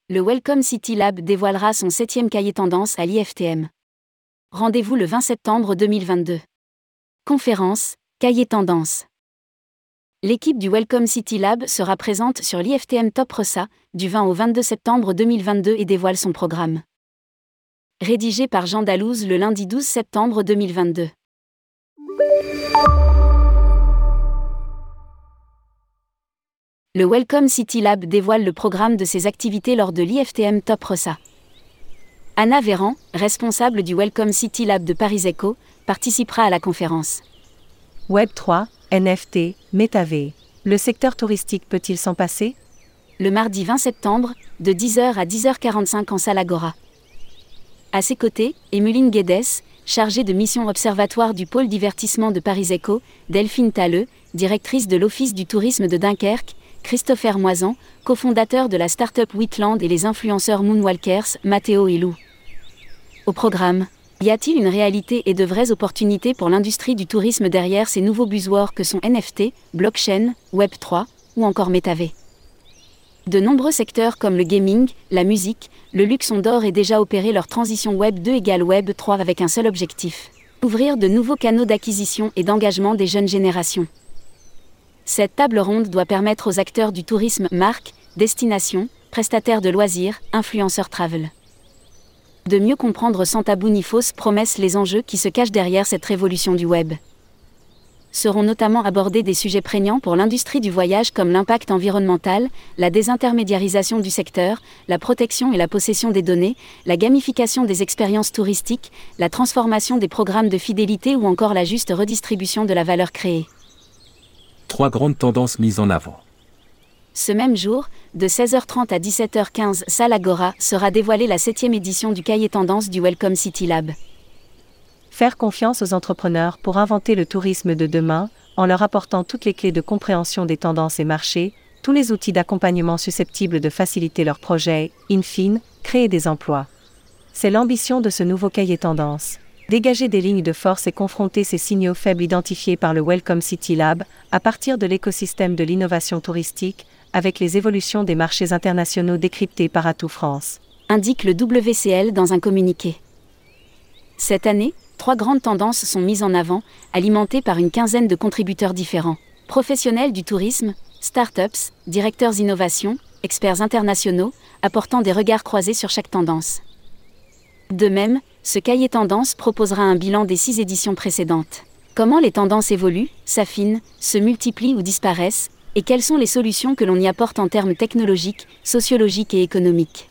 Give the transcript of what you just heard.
Le Welcome City Lab dévoilera son 7e cahier tendance à l'IFTM. Rendez-vous le 20 septembre 2022. Conférence, cahier tendance. L'équipe du Welcome City Lab sera présente sur l'IFTM Top RESA, du 20 au 22 septembre 2022 et dévoile son programme. Rédigé par Jean Dalouse le lundi 12 septembre 2022. Le Welcome City Lab dévoile le programme de ses activités lors de l'IFTM Top RESA. Anna Véran, responsable du Welcome City Lab de Paris Eco, participera à la conférence. Web3, NFT, MetaV. Le secteur touristique peut-il s'en passer ? Le mardi 20 septembre, de 10h à 10h45 en salle Agora. À ses côtés, Emeline Guedes, chargée de mission observatoire du pôle divertissement de Paris Eco, Delphine Talleux, directrice de l'Office du tourisme de Dunkerque, Christopher Moisan, cofondateur de la start-up Wheatland et les influenceurs Moonwalkers, Mathéo et Lou. Au programme, y a-t-il une réalité et de vraies opportunités pour l'industrie du tourisme derrière ces nouveaux buzzwords que sont NFT, blockchain, Web3 ou encore MetaV ? De nombreux secteurs comme le gaming, la musique, le luxe ont d'ores et déjà opéré leur transition Web 2 égale Web 3 avec un seul objectif : ouvrir de nouveaux canaux d'acquisition et d'engagement des jeunes générations. Cette table ronde doit permettre aux acteurs du tourisme, marques, destinations, prestataires de loisirs, influenceurs travel, de mieux comprendre sans tabou ni fausses promesses les enjeux qui se cachent derrière cette révolution du web. Seront notamment abordés des sujets prégnants pour l'industrie du voyage comme l'impact environnemental, la désintermédiarisation du secteur, la protection et la possession des données, la gamification des expériences touristiques, la transformation des programmes de fidélité ou encore la juste redistribution de la valeur créée. 3 grandes tendances mises en avant. Ce même jour, de 16h30 à 17h15, salle Agora, sera dévoilée la 7e édition du cahier tendance du Welcome City Lab. Faire confiance aux entrepreneurs pour inventer le tourisme de demain, en leur apportant toutes les clés de compréhension des tendances et marchés, tous les outils d'accompagnement susceptibles de faciliter leurs projets, in fine, créer des emplois. C'est l'ambition de ce nouveau cahier tendance. Dégager des lignes de force et confronter ces signaux faibles identifiés par le Welcome City Lab, à partir de l'écosystème de l'innovation touristique, avec les évolutions des marchés internationaux décryptés par Atout France, indique le WCL dans un communiqué. Cette année, 3 grandes tendances sont mises en avant, alimentées par une quinzaine de contributeurs différents. Professionnels du tourisme, start-ups, directeurs innovation, experts internationaux, apportant des regards croisés sur chaque tendance. De même, ce cahier tendance proposera un bilan des 6 éditions précédentes. Comment les tendances évoluent, s'affinent, se multiplient ou disparaissent, et quelles sont les solutions que l'on y apporte en termes technologiques, sociologiques et économiques.